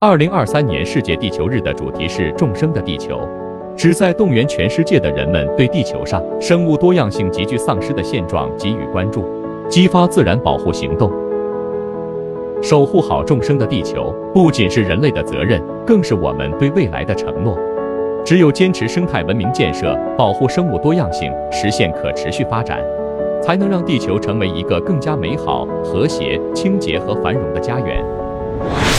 2023年世界地球日的主题是众生的地球，旨在动员全世界的人们对地球上生物多样性急剧丧失的现状给予关注，激发自然保护行动。守护好众生的地球，不仅是人类的责任，更是我们对未来的承诺。只有坚持生态文明建设，保护生物多样性，实现可持续发展，才能让地球成为一个更加美好、和谐、清洁和繁荣的家园。